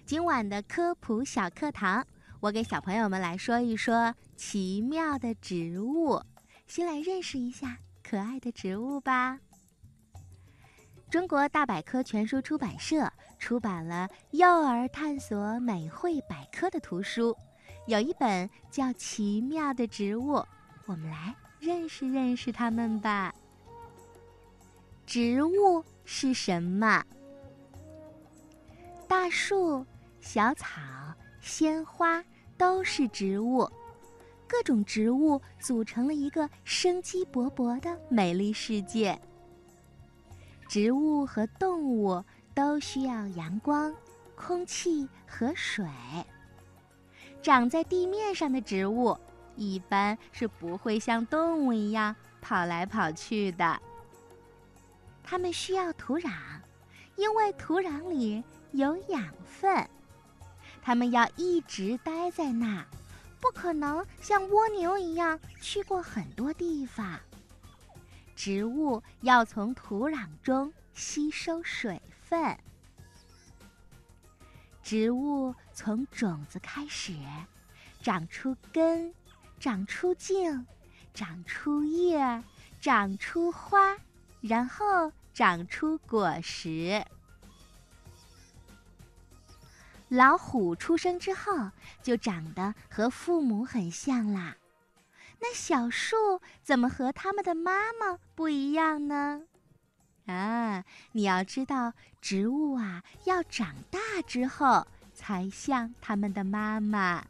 今晚的科普小课堂，我给小朋友们来说一说奇妙的植物。先来认识一下可爱的植物吧。中国大百科全书出版社出版了《幼儿探索美绘百科》的图书，有一本叫《奇妙的植物》，我们来认识认识它们吧。植物是什么？大树、小草、鲜花都是植物，各种植物组成了一个生机勃勃的美丽世界。植物和动物都需要阳光、空气和水。长在地面上的植物一般是不会像动物一样跑来跑去的。它们需要土壤，因为土壤里有养分。它们要一直待在那儿，不可能像蜗牛一样去过很多地方。植物要从土壤中吸收水分。植物从种子开始，长出根，长出茎，长出叶，长出花，然后长出果实。老虎出生之后就长得和父母很像啦，那小树怎么和它们的妈妈不一样呢？你要知道，植物要长大之后才像它们的妈妈。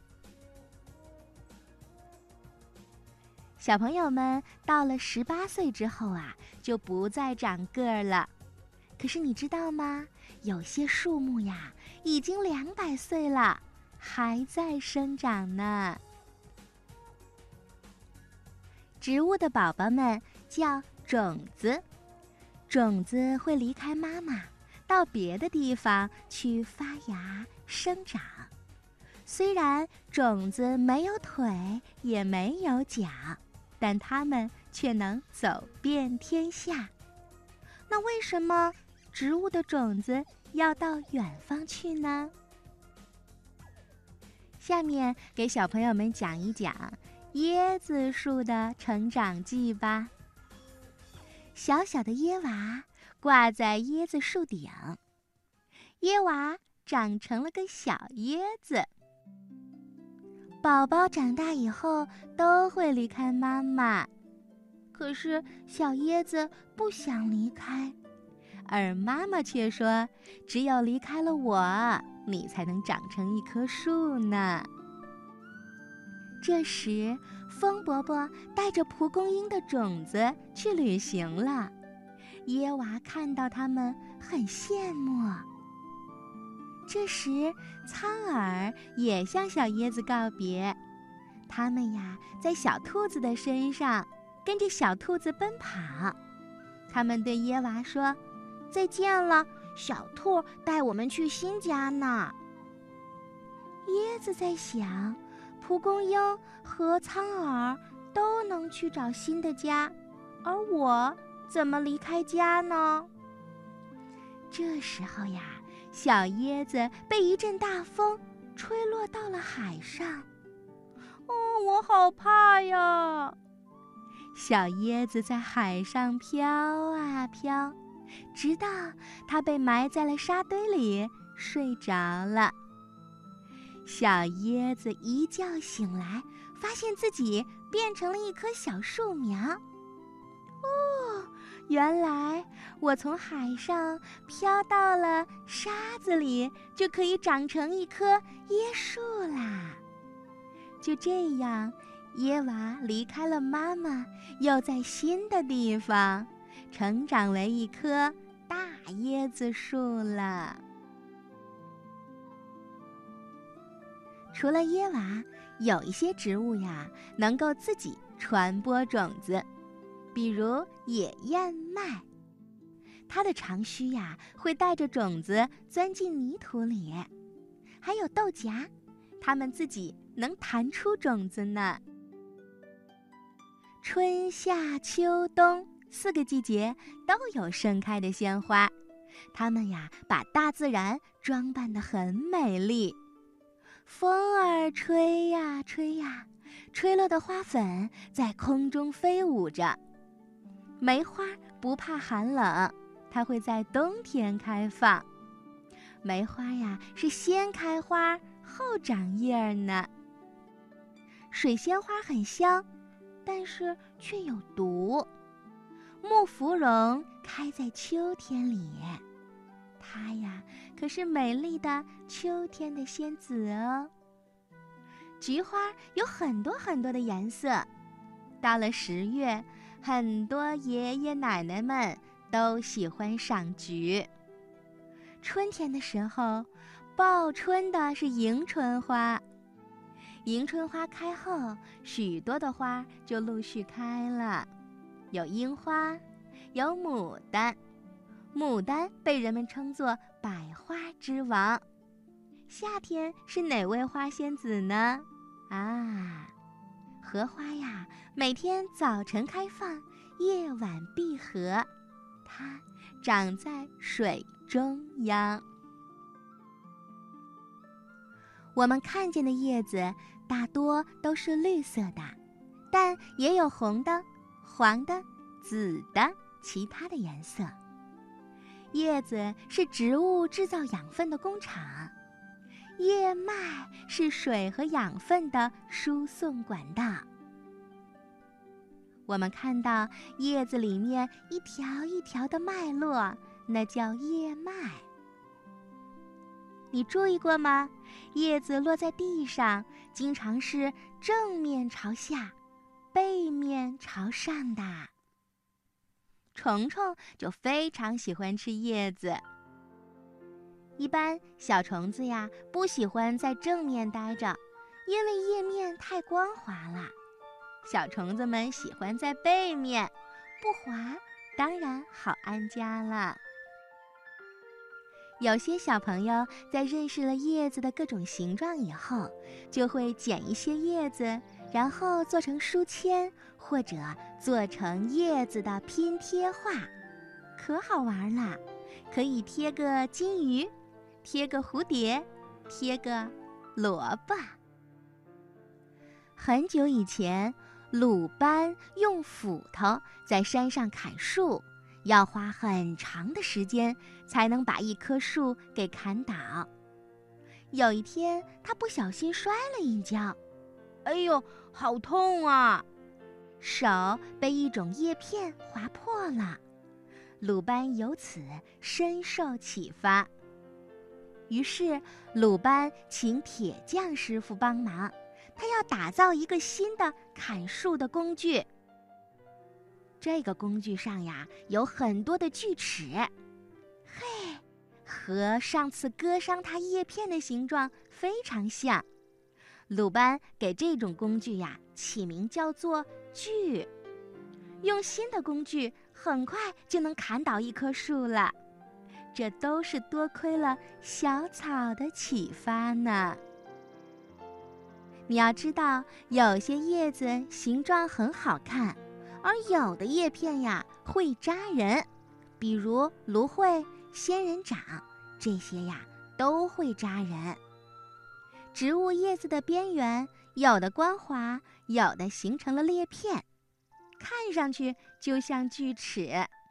小朋友们到了18岁之后就不再长个儿了。可是你知道吗？有些树木已经200岁了，还在生长呢。植物的宝宝们叫种子，种子会离开妈妈，到别的地方去发芽生长。虽然种子没有腿，也没有脚，但它们却能走遍天下。那为什么植物的种子要到远方去呢？下面给小朋友们讲一讲椰子树的成长记吧。小小的椰娃挂在椰子树顶，椰娃长成了个小椰子。宝宝长大以后都会离开妈妈，可是小椰子不想离开，而妈妈却说，只有离开了我，你才能长成一棵树呢。这时，风伯伯带着蒲公英的种子去旅行了。椰娃看到他们很羡慕。这时，苍耳也向小椰子告别。他们在小兔子的身上，跟着小兔子奔跑。他们对椰娃说：“再见了，小兔带我们去新家呢。”椰子在想，蒲公英和苍耳都能去找新的家，而我怎么离开家呢？这时候小椰子被一阵大风吹落到了海上。我好怕呀！小椰子在海上飘啊飘，直到它被埋在了沙堆里，睡着了。小椰子一觉醒来，发现自己变成了一棵小树苗。原来我从海上飘到了沙子里，就可以长成一棵椰树啦。就这样，椰娃离开了妈妈，又在新的地方成长为一棵大椰子树了。除了椰娃，有一些植物能够自己传播种子，比如野燕麦，它的长须会带着种子钻进泥土里。还有豆荚，它们自己能弹出种子呢。春夏秋冬4个季节都有盛开的鲜花，它们把大自然装扮得很美丽。风儿吹呀吹呀，吹落的花粉在空中飞舞着。梅花不怕寒冷，它会在冬天开放。梅花呀，是先开花后长叶儿呢。水仙花很香，但是却有毒。木芙蓉开在秋天里，它呀可是美丽的秋天的仙子哦。菊花有很多很多的颜色，到了10月，很多爷爷奶奶们都喜欢赏菊。春天的时候，报春的是迎春花。迎春花开后，许多的花就陆续开了，有樱花，有牡丹。牡丹被人们称作百花之王。夏天是哪位花仙子呢？荷花呀，每天早晨开放，夜晚闭合，它长在水中央。我们看见的叶子大多都是绿色的，但也有红的、黄的、紫的其他的颜色。叶子是植物制造养分的工厂，叶脉是水和养分的输送管道。我们看到叶子里面一条一条的脉络，那叫叶脉。你注意过吗？叶子落在地上，经常是正面朝下，背面朝上的。虫虫就非常喜欢吃叶子。一般小虫子呀，不喜欢在正面待着，因为叶面太光滑了。小虫子们喜欢在背面，不滑，当然好安家了。有些小朋友在认识了叶子的各种形状以后，就会剪一些叶子，然后做成书签，或者做成叶子的拼贴画，可好玩了。可以贴个金鱼，贴个蝴蝶，贴个萝卜。很久以前，鲁班用斧头在山上砍树，要花很长的时间才能把一棵树给砍倒。有一天，他不小心摔了一跤，哎呦，好痛啊！手被一种叶片划破了。鲁班由此深受启发，于是鲁班请铁匠师傅帮忙，他要打造一个新的砍树的工具。这个工具上呀，有很多的锯齿，嘿，和上次割伤它叶片的形状非常像。鲁班给这种工具呀起名叫做锯。用新的工具，很快就能砍倒一棵树了。这都是多亏了小草的启发呢。你要知道，有些叶子形状很好看，而有的叶片呀会扎人，比如芦荟、仙人掌，这些呀都会扎人。植物叶子的边缘有的光滑，有的形成了裂片，看上去就像锯齿。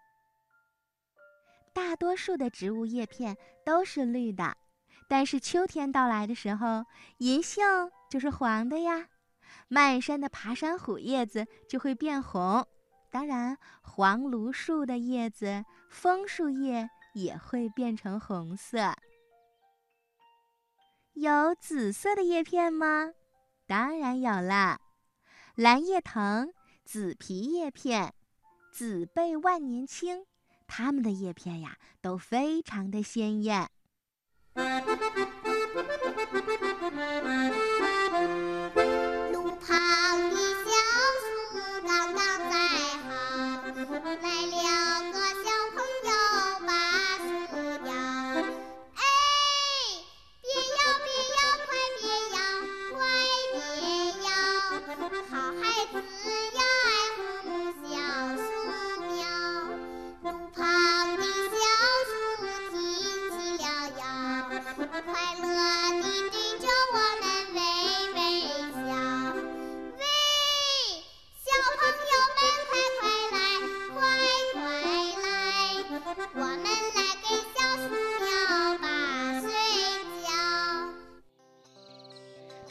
大多数的植物叶片都是绿的，但是秋天到来的时候，银杏就是黄的呀。漫山的爬山虎叶子就会变红，当然黄芦树的叶子、枫树叶也会变成红色。有紫色的叶片吗？当然有了。蓝叶藤、紫皮叶片、紫背万年青，它们的叶片呀都非常的鲜艳。 路旁的小树刚刚栽好，来了个小朋友把树摇。哎，别摇别摇，快别摇，快别摇，好孩子要爱护小树苗。路旁的小树听起了摇，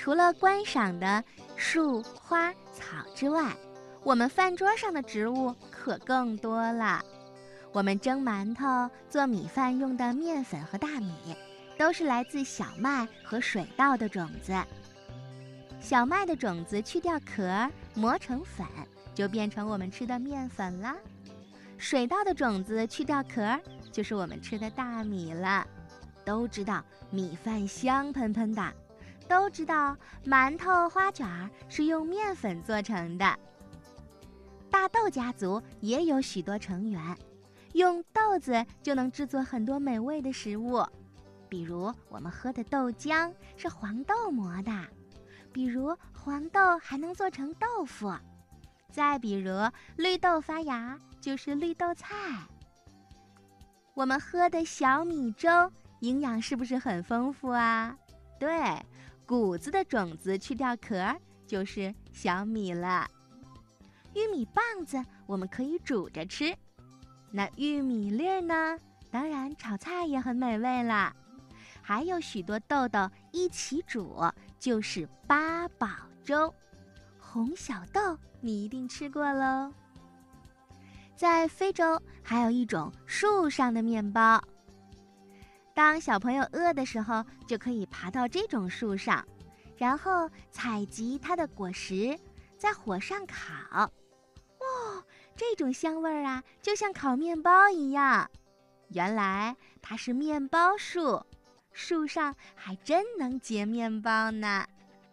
除了观赏的树、花、草之外，我们饭桌上的植物可更多了。我们蒸馒头、做米饭用的面粉和大米，都是来自小麦和水稻的种子。小麦的种子去掉壳，磨成粉，就变成我们吃的面粉了。水稻的种子去掉壳，就是我们吃的大米了。都知道米饭香喷喷的，都知道馒头、花卷是用面粉做成的。大豆家族也有许多成员，用豆子就能制作很多美味的食物。比如我们喝的豆浆是黄豆磨的，比如黄豆还能做成豆腐，再比如绿豆发芽就是绿豆菜。我们喝的小米粥营养是不是很丰富啊？对，谷子的种子去掉壳就是小米了。玉米棒子我们可以煮着吃，那玉米粒儿呢？当然炒菜也很美味了。还有许多豆豆一起煮，就是八宝粥。红小豆你一定吃过喽。在非洲还有一种树上的面包，当小朋友饿的时候，就可以爬到这种树上，然后采集它的果实，在火上烤。哇，这种香味儿啊，就像烤面包一样。原来它是面包树，树上还真能结面包呢。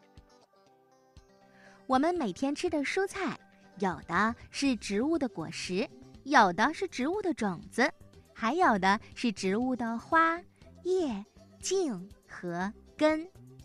我们每天吃的蔬菜，有的是植物的果实，有的是植物的种子，还有的是植物的花、叶、茎和根。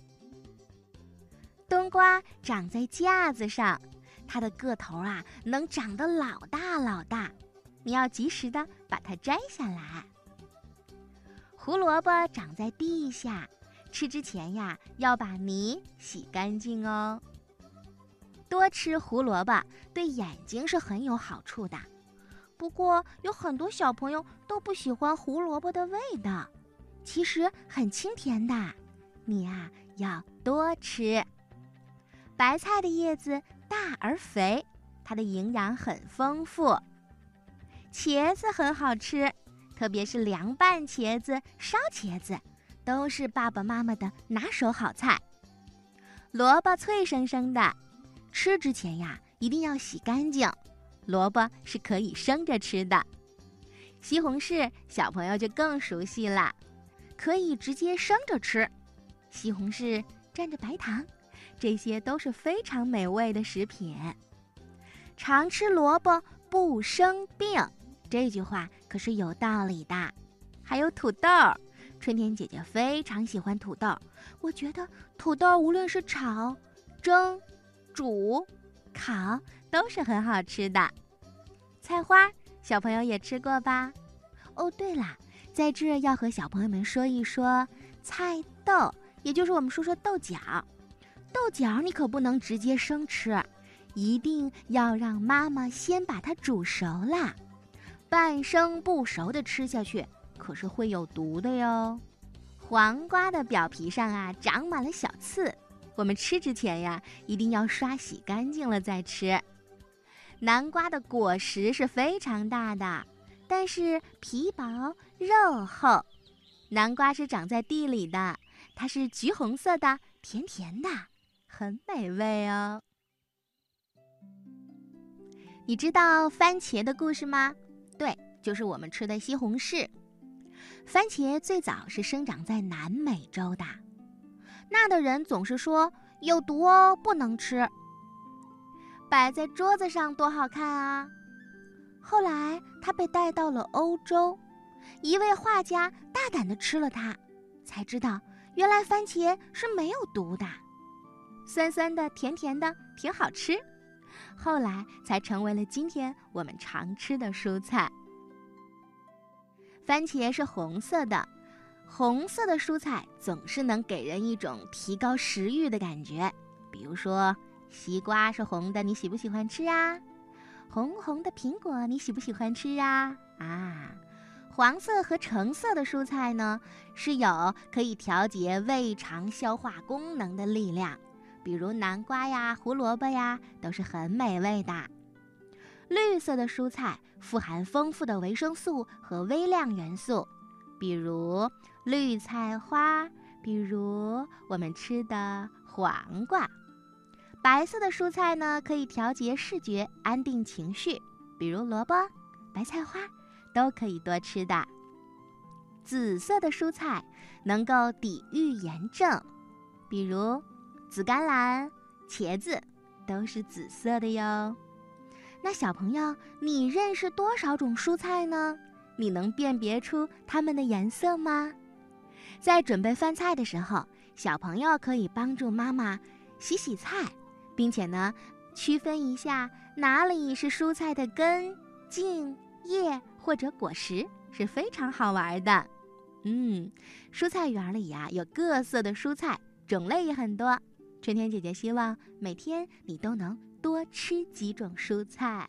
冬瓜长在架子上，它的个头啊能长得老大老大，你要及时的把它摘下来。胡萝卜长在地下，吃之前呀要把泥洗干净哦。多吃胡萝卜对眼睛是很有好处的，不过有很多小朋友都不喜欢胡萝卜的味道，其实很清甜的，你呀要多吃。白菜的叶子大而肥，它的营养很丰富。茄子很好吃，特别是凉拌茄子、烧茄子，都是爸爸妈妈的拿手好菜。萝卜脆生生的，吃之前呀一定要洗干净，萝卜是可以生着吃的。西红柿小朋友就更熟悉了，可以直接生着吃，西红柿蘸着白糖，这些都是非常美味的食品。常吃萝卜不生病，这句话可是有道理的。还有土豆，春天姐姐非常喜欢土豆，我觉得土豆无论是炒、蒸、煮、烤都是很好吃的。菜花小朋友也吃过吧？哦，对了，在这要和小朋友们说一说菜豆，也就是我们说豆角。豆角你可不能直接生吃，一定要让妈妈先把它煮熟了，半生不熟的吃下去可是会有毒的哟。黄瓜的表皮上啊长满了小刺，我们吃之前呀一定要刷洗干净了再吃。南瓜的果实是非常大的，但是皮薄肉厚。南瓜是长在地里的，它是橘红色的，甜甜的，很美味哦。你知道番茄的故事吗？对，就是我们吃的西红柿。番茄最早是生长在南美洲的，那的人总是说有毒哦，不能吃。摆在桌子上多好看啊！后来它被带到了欧洲，一位画家大胆地吃了它，才知道原来番茄是没有毒的，酸酸的，甜甜的，挺好吃。后来才成为了今天我们常吃的蔬菜。番茄是红色的，红色的蔬菜总是能给人一种提高食欲的感觉。比如说西瓜是红的，你喜不喜欢吃啊？红红的苹果你喜不喜欢吃啊？黄色和橙色的蔬菜呢，是有可以调节胃肠消化功能的力量， 比如南瓜呀、胡萝卜呀，都是很美味的。绿色的蔬菜富含丰富的维生素和微量元素，比如绿菜花，比如我们吃的黄瓜。白色的蔬菜呢，可以调节视觉、安定情绪，比如萝卜、白菜花，都可以多吃的。紫色的蔬菜能够抵御炎症，比如紫甘蓝、茄子，都是紫色的哟。那小朋友，你认识多少种蔬菜呢？你能辨别出它们的颜色吗？在准备饭菜的时候，小朋友可以帮助妈妈洗洗菜，并且呢，区分一下哪里是蔬菜的根、茎、叶或者果实，是非常好玩的。蔬菜园里呀，有各色的蔬菜，种类也很多。春天姐姐希望每天你都能多吃几种蔬菜。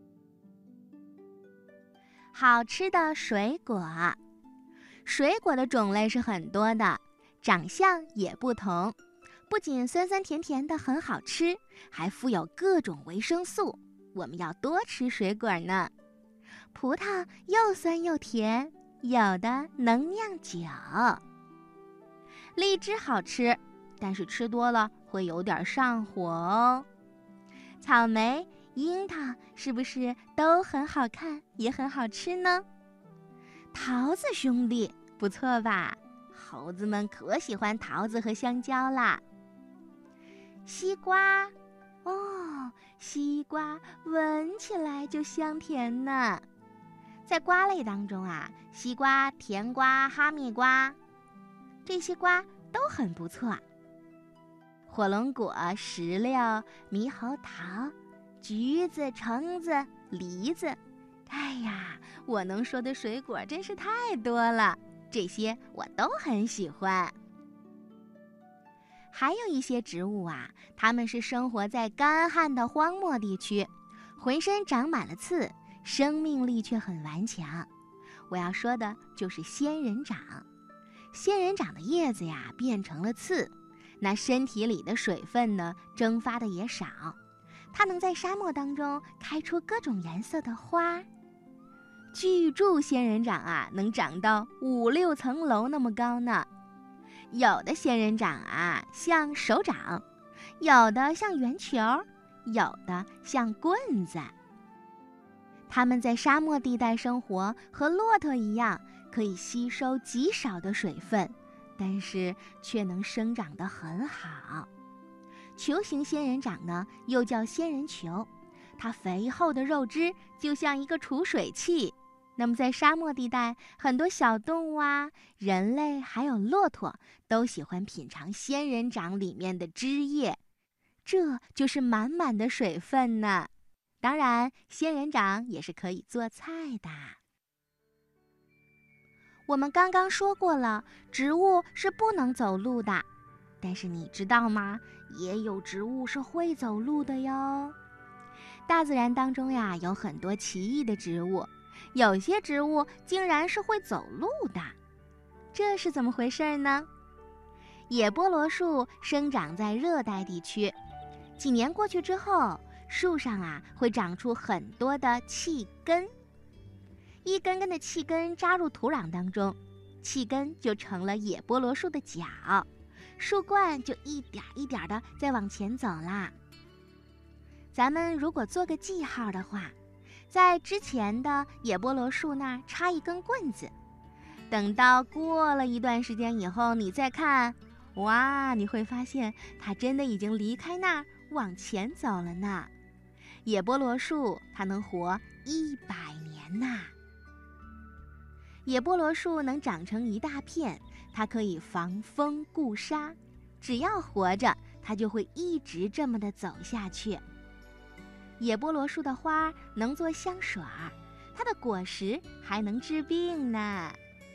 好吃的水果，水果的种类是很多的，长相也不同，不仅酸酸甜甜的很好吃，还富有各种维生素，我们要多吃水果呢。葡萄又酸又甜，有的能酿酒。荔枝好吃，但是吃多了会有点上火哦。草莓、樱桃是不是都很好看，也很好吃呢？桃子兄弟不错吧？猴子们可喜欢桃子和香蕉啦。西瓜，西瓜闻起来就香甜呢。在瓜类当中啊，西瓜、甜瓜、哈密瓜，这些瓜都很不错。火龙果、石榴、猕猴桃、橘子、橙子、梨子，哎呀，我能说的水果真是太多了，这些我都很喜欢。还有一些植物啊，它们是生活在干旱的荒漠地区，浑身长满了刺，生命力却很顽强。我要说的就是仙人掌。仙人掌的叶子呀变成了刺，那身体里的水分呢蒸发的也少，它能在沙漠当中开出各种颜色的花。巨柱仙人掌啊能长到5-6层楼那么高呢。有的仙人掌啊像手掌，有的像圆球，有的像棍子。它们在沙漠地带生活，和骆驼一样，可以吸收极少的水分，但是却能生长得很好。球形仙人掌呢，又叫仙人球，它肥厚的肉汁就像一个储水器。那么在沙漠地带，很多小动物啊、人类还有骆驼都喜欢品尝仙人掌里面的汁液，这就是满满的水分呢。当然，仙人掌也是可以做菜的。我们刚刚说过了，植物是不能走路的，但是你知道吗？也有植物是会走路的哟。大自然当中呀，有很多奇异的植物，有些植物竟然是会走路的，这是怎么回事呢？野菠萝树生长在热带地区，几年过去之后，树上啊会长出很多的气根，一根根的气根扎入土壤当中，气根就成了野菠萝树的脚，树冠就一点一点的在往前走啦。咱们如果做个记号的话，在之前的野菠萝树那儿插一根棍子，等到过了一段时间以后，你再看，哇，你会发现它真的已经离开那儿往前走了呢。野菠萝树它能活100年呐。野菠萝树能长成一大片，它可以防风固沙，只要活着，它就会一直这么的走下去。野菠萝树的花能做香水，它的果实还能治病呢。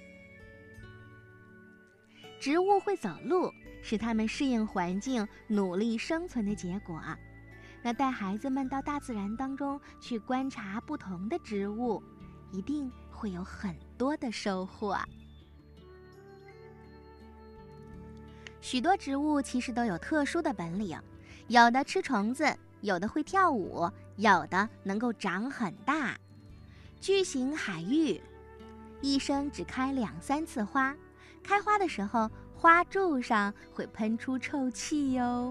植物会走路，是它们适应环境、努力生存的结果。那带孩子们到大自然当中去观察不同的植物，一定会有很多的收获。 许多植物其实都有特殊的本领，有的吃虫子，有的会跳舞，有的能够长很大。巨型海芋一生只开2-3次花，开花的时候花柱上会喷出臭气哟。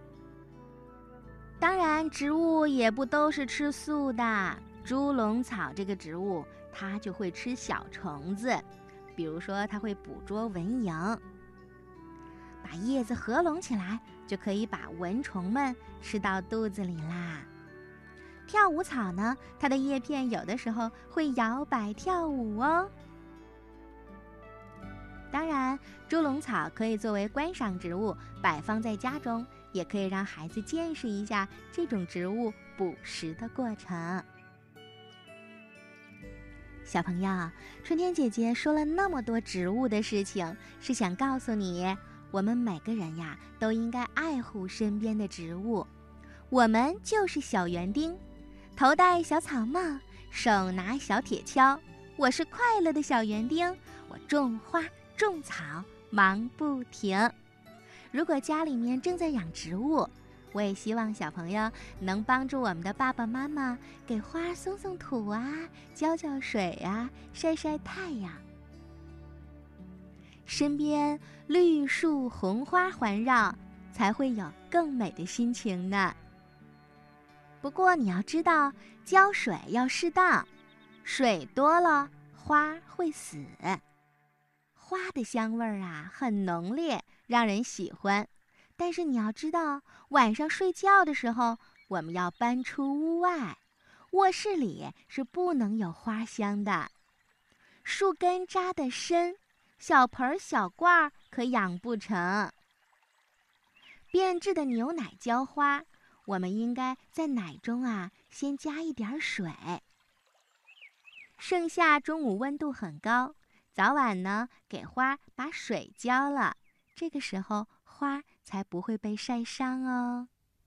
当然，植物也不都是吃素的。猪笼草这个植物，它就会吃小虫子，比如说它会捕捉蚊蝇。把叶子合拢起来，就可以把蚊虫们吃到肚子里啦。跳舞草呢，它的叶片有的时候会摇摆跳舞哦。当然，猪笼草可以作为观赏植物摆放在家中，也可以让孩子见识一下这种植物捕食的过程。小朋友，春天姐姐说了那么多植物的事情，是想告诉你，我们每个人呀，都应该爱护身边的植物。我们就是小园丁，头戴小草帽，手拿小铁锹。我是快乐的小园丁，我种花种草，忙不停。如果家里面正在养植物，我也希望小朋友能帮助我们的爸爸妈妈给花松松土啊，浇浇水啊，晒晒太阳。身边绿树红花环绕，才会有更美的心情呢。不过你要知道，浇水要适当，水多了花会死。花的香味儿啊很浓烈，让人喜欢。但是你要知道，晚上睡觉的时候，我们要搬出屋外，卧室里是不能有花香的。树根扎得深，小盆小罐可养不成。变质的牛奶浇花，我们应该在奶中先加一点水。盛夏中午温度很高，早晚呢给花把水浇了，这个时候花才不会被晒伤哦。